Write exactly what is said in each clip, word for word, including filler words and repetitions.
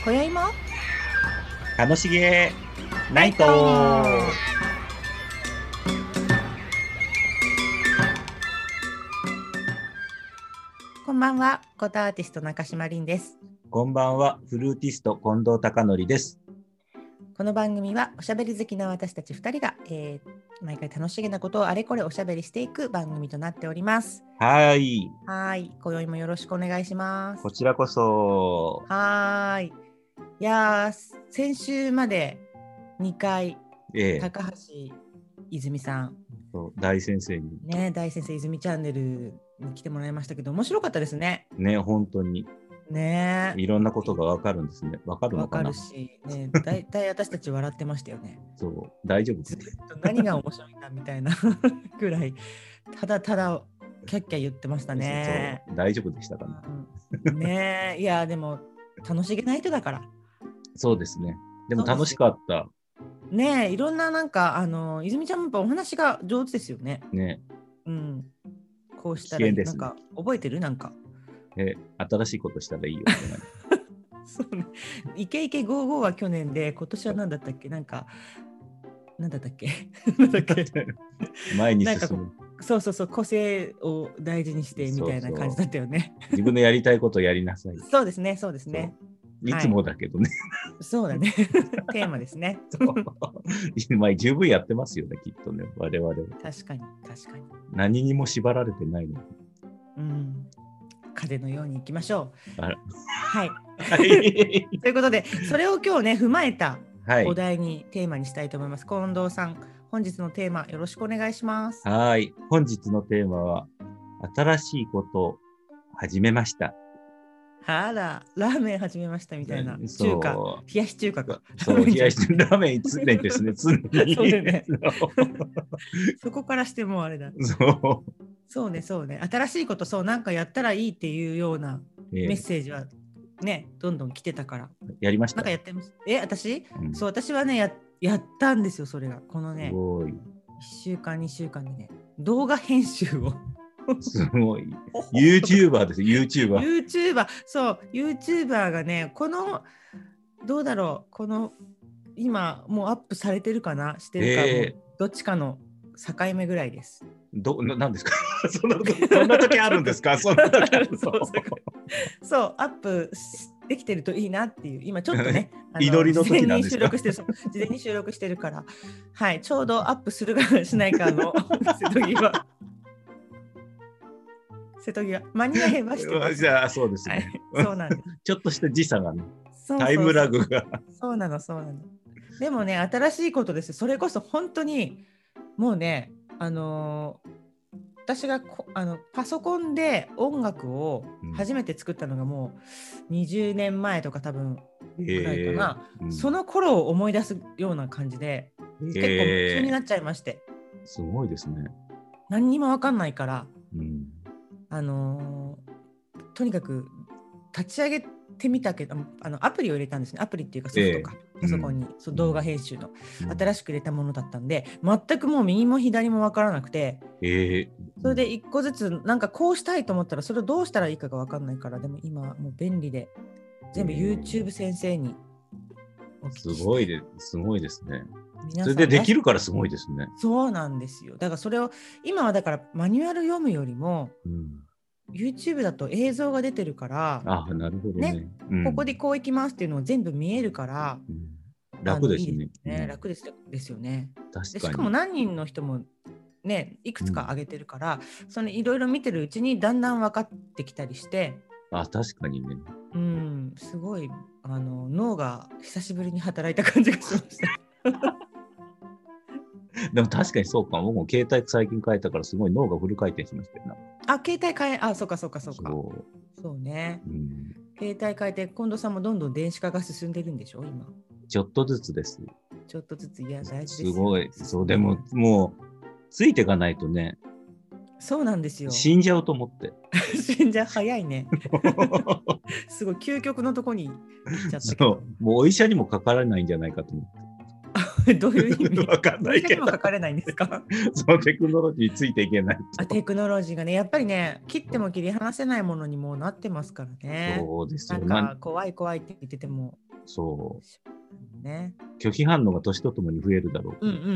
今宵も楽しげナイト。 こんばんは、コタアーティスト中島凛です。 こんばんは、フルーティスト近藤貴則です。 この番組はおしゃべり好きな私たちふたりが、えー、毎回楽しげなことをあれこれおしゃべりしていく番組となっております。 はい。 はい、今宵もよろしくお願いします。 こちらこそ。 はい。いやー、先週までにかい、 ええ、 高橋泉さん、 大先生にね、大先生泉チャンネルに来てもらいましたけど、面白かったですね。 ね、本当にね、 いろんなことがわかるんですね。わかるのかな。 わかるし、ね、だいたい私たち笑ってましたよね。 そう、大丈夫ずっと何が面白いんだみたいなぐらい、ただただキャッキャ言ってましたね。 そうそう、大丈夫でしたかな。 うん、ねえ、いや、でも楽しげな人だから。 そうですね。でも楽しかった。 ねえ、いろんななんか、あの、泉ちゃんもやっぱお話が上手ですよね。 ね。 うん。こうしたらいい、 危険ですね。 なんか覚えてるなんか。 え、新しいことしたらいいよ。 そうね。イケイケゴーゴーは去年で、今年は何だったっけ、なんか、なんだったっけなんだっけ前に進む。 そうそうそう、個性を大事にしてみたいな感じだったよね。 そうそう、自分のやりたいことをやりなさい。 そうですね、そうですね。 いつもだけどね。 はい、そうだね。テーマですね。 まあ十分やってますよね、きっとね、我々は。 確かに、確かに。 何にも縛られてないの。 うん。風のように行きましょう。 あら、 はい。 はい、 ということで、それを今日ね、踏まえたおはい、 題にテーマにしたいと思います。近藤さん、本日のテーマよろしくお願いします。 はい。本日のテーマは、新しいことを始めました。 あら、ラーメン始めましたみたいな。中華、冷やし中華か。 そう、冷やしラーメン常にですね、常に。 そうだね。そこからしてもあれだ。 そう。 そうね、そうね。新しいこと、そう、なんかやったらいいっていうようなメッセージはね、えー、どんどん来てたから。 やりました。 なんかやってます。え、私、 うん、 そう、私はねや、やったんですよ、それが。このね、 すごい。 いっしゅうかん、にしゅうかんでね、動画編集を。 すごい。YouTuber です、YouTuber。 YouTuber、そう、YouTuber がね、この、どうだろう、この、今、もうアップされてるかな、してるか、えー、もうどっちかの境目ぐらいです。 どななんですかそんなそんな時あるんですかそんな時あるそうそう、アップできてるといいなっていう、今ちょっとね、 祈りの時なんですか。 事前に収録してる、事前に収録してるから、はい、ちょうどアップするかしないかの瀬戸際。瀬戸際、間に合えばしてじゃあそうですね、 はい、そうなんです。 ちょっとした時差がね、 そうそうそう、 タイムラグが。 そうなの、そうなの。でもね、新しいことです。それこそ本当に、もうね、あのー、私がこあのパソコンで音楽を初めて作ったのがもうにじゅうねんまえとか多分ぐらいかな、えーうん、その頃を思い出すような感じで、えー、結構夢中になっちゃいまして。 すごいですね。 何にも分かんないから、 うん、 あのー、とにかく立ち上げてみたけど、あのアプリを入れたんですね。アプリっていうかソフトか、えー、パソコンに、うん、その動画編集の、うん、新しく入れたものだったんで、全くもう右も左も分からなくて、 えー、 それで一個ずつなんかこうしたいと思ったらそれをどうしたらいいかが分かんないから、でも今もう便利で全部 YouTube 先生にお聞きして、 すごいで、すごいですね。それでできるからすごいですね。 そうなんですよ。だからそれを今はだからマニュアル読むよりも、うん、YouTube だと映像が出てるから、 あ、なるほどね、 ね、うん、ここでこういきますっていうのを全部見えるから、 うん、楽ですね。 いいですね、うん、楽ですですよね。 確かに。 でしかも何人の人もね、いくつか上げてるから、うん、そのいろいろ見てるうちにだんだん分かってきたりして、 あ、確かにね。 うん、すごいあの脳が久しぶりに働いた感じがしました。 でも確かにそうか、僕も携帯最近変えたからすごい脳がフル回転しましたよな。 あ、携帯変え、あ、そうかそうかそうか。そう、そうね、うん。携帯変えて近藤さんもどんどん電子化が進んでるんでしょ今。 ちょっとずつです。 ちょっとずつ、いや大事ですよ。すごい。そう、でももうついていかないとね。 そうなんですよ。 死んじゃうと思って。 死んじゃう、早いね。すごい究極のとこに行っちゃったけど。 そう、もうお医者にもかからないんじゃないかと思って。 どういう意味？ わかんないけど。 お医者にもかかれないんですか？ そのテクノロジーについていけないと。 あ、テクノロジーがね、やっぱりね、切っても切り離せないものにもなってますからね。 そうですよ。 なんか怖い怖いって言ってても。 そう。 ね。 拒否反応が年とともに増えるだろう。 うんうんうんうん。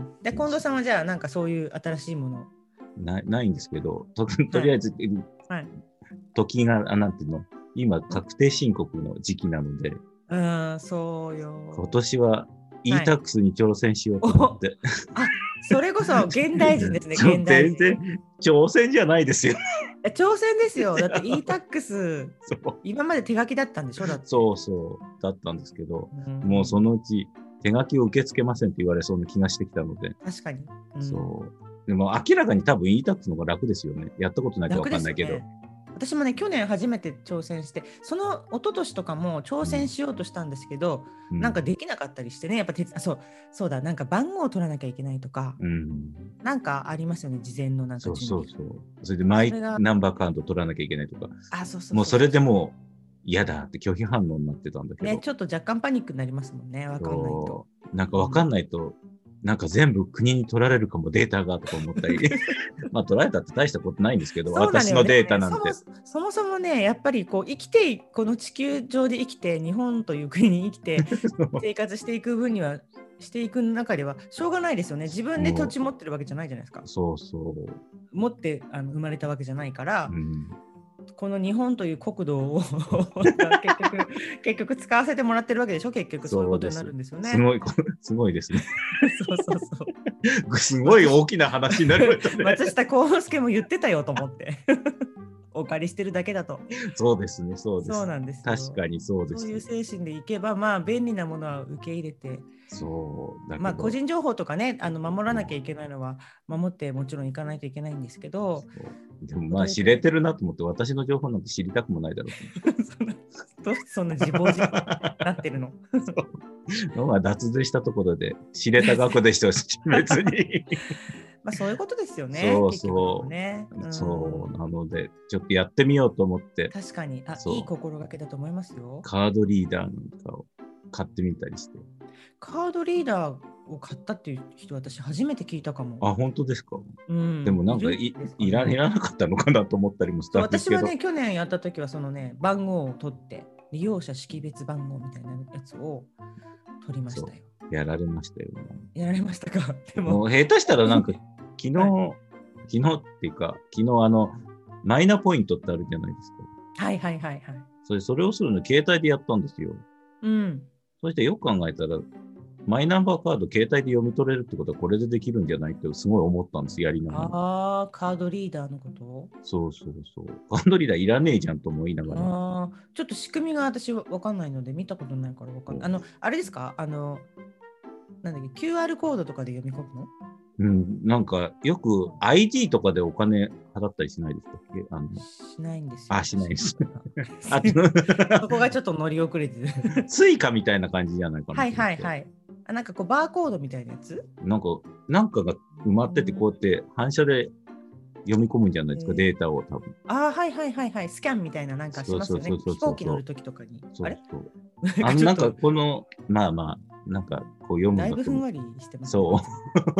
で、近藤さんはじゃあなんかそういう新しいものなないんですけど、と, とりあえず、はい、時があなんていうの、今確定申告の時期なので、 うん、そうよ。 今年は イータックス に挑戦しようと思って。 あ、それこそ現代人ですね。現代人。 全然挑戦じゃないですよ。 挑戦ですよ。だって イータックス 今まで手書きだったんでしょだって。 そうそうだったんですけど、うん、もうそのうち手書きを受け付けませんって言われそうな気がしてきたので。 確かに。 うん、そう。でも明らかに多分 イータックス の方が楽ですよね。やったことないか分かんないけど。 私もね去年初めて挑戦してその一昨年とかも挑戦しようとしたんですけど、うん、なんかできなかったりしてねやっぱてそうそうだなんか番号を取らなきゃいけないとか、うん、なんかありますよね事前のなんか準備。 そうそうそうそれでマイナンバーカード取らなきゃいけないとかあそうそうそうもうそれでもう嫌だって拒否反応になってたんだけどねちょっと若干パニックになりますもんね分かんないとなんか分かんないと、うんなんか全部国に取られるかもデータがとか思ったりまあ取られたって大したことないんですけど、ね、私のデータなんてそ, そもそもねやっぱりこう生きてこの地球上で生きて日本という国に生きて生活していく分にはしていく中ではしょうがないですよね自分で土地持ってるわけじゃないじゃないですかそうそう持ってあの生まれたわけじゃないから、うんこの日本という国土を結局結局使わせてもらってるわけでしょ結局そういうことになるんですよね。 すごいすごいですね。 そうそうそう。 すごい大きな話になりましたね。 松下幸之助も言ってたよと思って。お借りしてるだけだと。 そうですね、そうです。 そうなんですよ。 確かにそうです、 ね。そういう精神でいけば、まあ便利なものは受け入れて。 そうだけどまあ個人情報とかね、あの守らなきゃいけないのは守ってもちろんいかないといけないんですけど。 でもまあ知れてるなと思って私の情報なんて知りたくもないだろうどうしてそんな自暴自棄になってるのまあ脱税したところで知れた額でしたし別にまあそういうことですよね。 そうそう、 ねうん、 そうなのでちょっとやってみようと思って確かにあいい心がけだと思いますよ。 カードリーダーなんかを買ってみたりしてカードリーダーを買ったっていう人私初めて聞いたかも。 あ本当ですか、 うん、 でもなんか い, い, か、ね、い, らいらなかったのかなと思ったりもしたんですけど私はね去年やった時はそのね番号を取って利用者識別番号みたいなやつを取りましたよ。 やられましたよ、ね、 やられましたか。 でももう下手したらなんか昨日、はい、昨日っていうか昨日あのマイナポイントってあるじゃないですか。はいはいはいはい。 それそれをするの携帯でやったんですよ。 うん。 そしてよく考えたらマイナンバーカード携帯で読み取れるってことはこれでできるんじゃないってすごい思ったんですやりながら。 ああカードリーダーのことそうそうそうカードリーダーいらねえじゃんと思いながら。 あちょっと仕組みが私わかんないので見たことないからわかんない。あのあれですかあのなんだっけ キューアール コードとかで読み込むの？ うん、なんかよく アイディー とかでお金払ったりしないですかっけ？あのしないんですよ。 あ、しないです。 そこがちょっと乗り遅れてる。 スイカみたいな感じじゃないかな。 はいはいはい。あなんかこうバーコードみたいなやつ？ なんか、なんかが埋まってて、こうやって反射で読み込むんじゃないですか、えー、データを多分。 ああ、はいはいはいはい。スキャンみたいななんかしますよね。飛行機乗るときとかに。 そうそう。あれあのなんかこの、まあまあ、なんかこう読むのだいぶふんわりしてます、 ね。そう。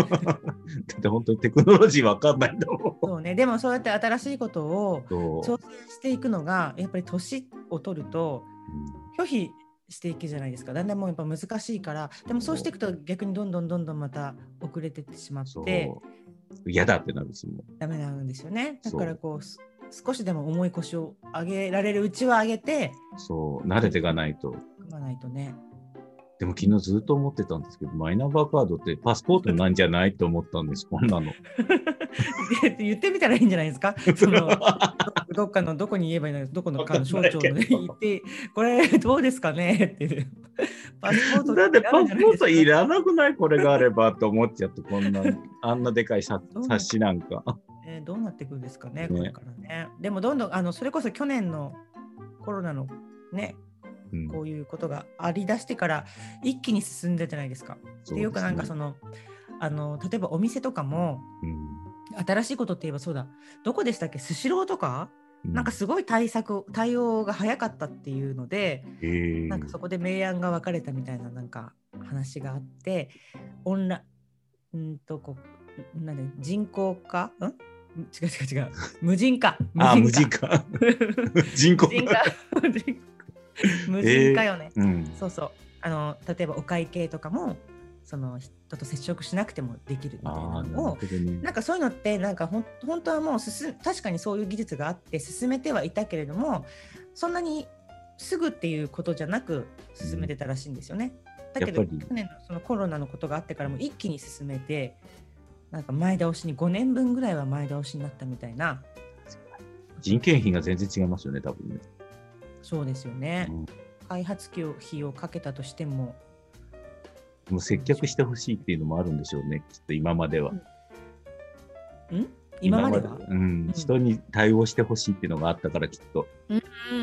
だって本当にテクノロジーわかんないんだもん。 そうね。でもそうやって新しいことを挑戦していくのが、やっぱり年を取ると、拒否していくじゃないですか。だんだんもうやっぱ難しいから、でもそうしていくと逆にどんどんどんどんまた遅れていってしまって、 嫌だってなるんですよ。 ダメなんですよね。だからこう、少しでも重い腰を上げられるうちは上げて、 そう、慣れていかないと。 組まないとね。 でも昨日ずっと思ってたんですけど、マイナンバーカードってパスポートなんじゃないって思ったんです、こんなの。 言ってみたらいいんじゃないですか。そのどっかのどこに言えばいいのどこのかの省庁の言って、これどうですかねっていう。 パスポートだってパスポートいらなくないこれがあればと思っちゃって、こんな、あんなでかい冊子なんか。 えー、どうなっていくんですかね、これからね。でもどんどん、あのそれこそ去年のコロナのね、こういうことがありだしてから一気に進んでじゃないですか。でよくなんかそのあの例えばお店とかも、うん、新しいことって言えばそうだどこでしたっけスシローとか、うん、なんかすごい対策対応が早かったっていうので、えー、なんかそこで明暗が分かれたみたいななんか話があってオンラんとこうなんで人工化ん違う違う違う無人化あ無人化人工化無人化よね、 えーうん、 そうそう、あの例えばお会計とかもその人と接触しなくてもできるみたいなのを、ね、なんかそういうのってなんかほん本当はもう進確かにそういう技術があって進めてはいたけれども、そんなにすぐっていうことじゃなく進めてたらしいんですよね、うん、だけど去年のそのコロナのことがあってからも一気に進めて、なんか前倒しにごねんぶんぐらいは前倒しになったみたいな。 人件費が全然違いますよね、多分ね。 そうですよね、うん、開発費をかけたとしてもでも接客してほしいっていうのもあるんでしょうね、きっと今までは。 うん、今までは、 うん、人に対応してほしいっていうのがあったからきっと、うん、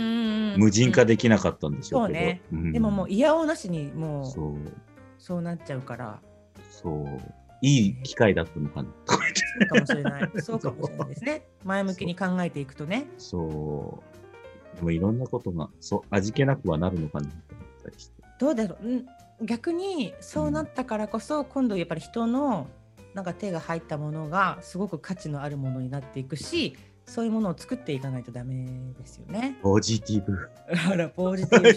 無人化できなかったんでしょうけど、そうね、 うん、でももういやおうなしにもうそうそうなっちゃうから、 そういい機会だったのかなそうかもしれないそうかもしれないですね前向きに考えていくとね。 そうでもいろんなことがそう味気なくはなるのかなと思ったりして、 どうだろう、ん逆にそうなったからこそ、うん、今度やっぱり人のなんか手が入ったものがすごく価値のあるものになっていくし、そういうものを作っていかないとダメですよね。 ポジティブあらポジティブ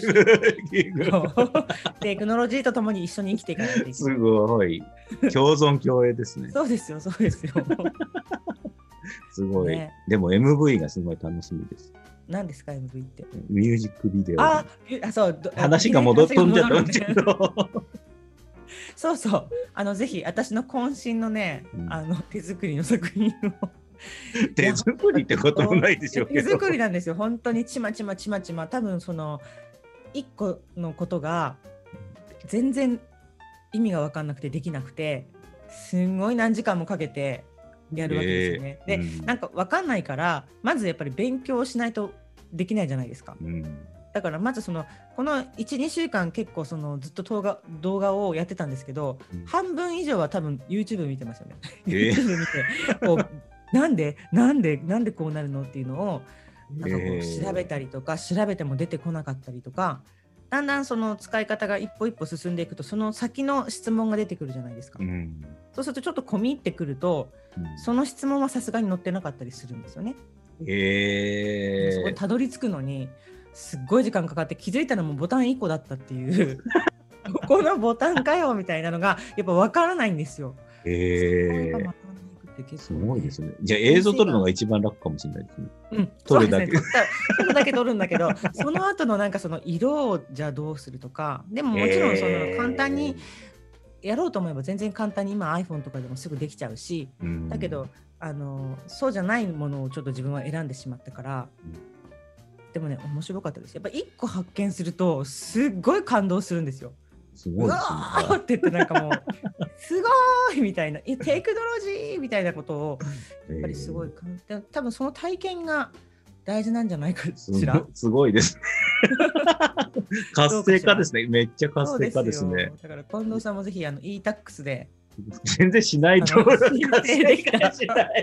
テクノロジーとともに一緒に生きていかないといけない。 すごい共存共栄ですね。 そうですよそうですよすごい、ね、でも エムブイ がすごい楽しみです。 何ですか エムブイ って？ ミュージックビデオ。 ああそう話が戻っとんじゃったんですけどそうそうあのぜひ私の渾身のね、うん、あの手作りの作品を手作りってこともないでしょうけど、 手作りなんですよ本当にちまちまちまちま。多分その一個のことが全然意味が分かんなくてできなくて、すんごい何時間もかけてやるわけですよね、えー、で、うん、なんか分かんないからまずやっぱり勉強しないとできないじゃないですか、うん、だからまずそのこの いちにしゅうかん結構そのずっと動画、動画をやってたんですけど、うん、半分以上は多分 YouTube 見てますよね、えー、YouTube 見てこうなんでなんでなんでこうなるのっていうのをなんかこう調べたりとか、えー、調べても出てこなかったりとか、だんだんその使い方が一歩一歩進んでいくとその先の質問が出てくるじゃないですか、うん、そうするとちょっと込み入ってくると、うん、その質問はさすがに載ってなかったりするんですよね、えー、そこにたどり着くのにすっごい時間かかって気づいたらもうボタンいっこだったっていうここのボタンかよみたいなのがやっぱ分からないんですよ。 えーすごいですね。じゃあ映像撮るのが一番楽かもしれないですね。うん、撮るだけ。撮るだけ撮るんだけど、その後のなんかその色をじゃあどうするとか、でももちろんその簡単にやろうと思えば全然簡単に今 iPhone とかでもすぐできちゃうし、うん、だけどあのそうじゃないものをちょっと自分は選んでしまったから、うん、でもね面白かったです。やっぱいっこ発見するとすっごい感動するんですよ。 すごいですね。 うわーって言ってなんかもうすごいみたいなテクノロジーみたいなことをやっぱりすごい、えー、多分その体験が大事なんじゃないかしら。 すごいですね活性化ですね。めっちゃ活性化ですね。 だから近藤さんもぜひあの イータックス で全然しないと思う。申請できた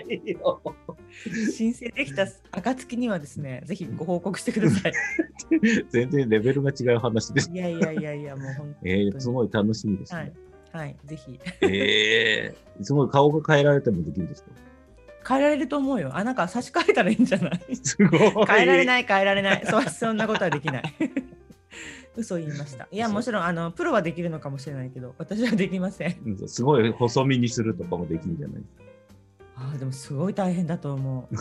申請できた暁にはですね、ぜひご報告してください。 全然レベルが違う話です。 いやいやいやいや、もう本当に。 えー、すごい楽しみですね。 はい、はい、ぜひ。 えー、すごい顔が変えられてもできるんですか？ 変えられると思うよ。あ、なんか差し替えたらいいんじゃない？ すごい。 変えられない、変えられない。そ, そんなことはできない。嘘言いました。いや、もちろんあのプロはできるのかもしれないけど、私はできません。 すごい細身にするとかもできるんじゃないですか。 あ、でもすごい大変だと思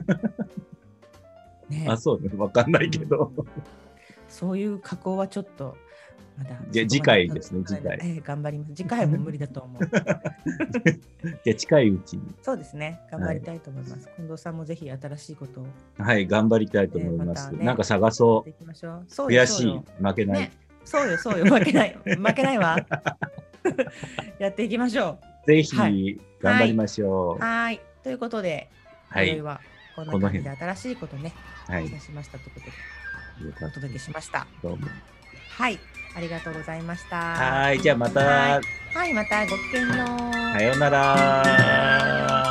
う。ね、あ、そうね、わかんないけど、うん。 そういう加工はちょっとまだ。 じゃ次回ですね、次回。 えー、頑張ります。次回も無理だと思う。 じゃ近いうちに。 そうですね、頑張りたいと思います。はい、近藤さんもぜひ新しいことを。 はい、頑張りたいと思います。えーまね、なんか探そう。そう悔しい、負けない、 ね。そうよ、そうよ、負けない、負けないわ。やっていきましょう。ぜひ、はい、頑張りましょう。 はい、はいということで、はい、はこんな感じで新しいことね、はい、しましたということで、お届けしました。 どうも。 はい、ありがとうございました。 はい、じゃあまた。 はい、はい、またごきげんよう。 さようなら。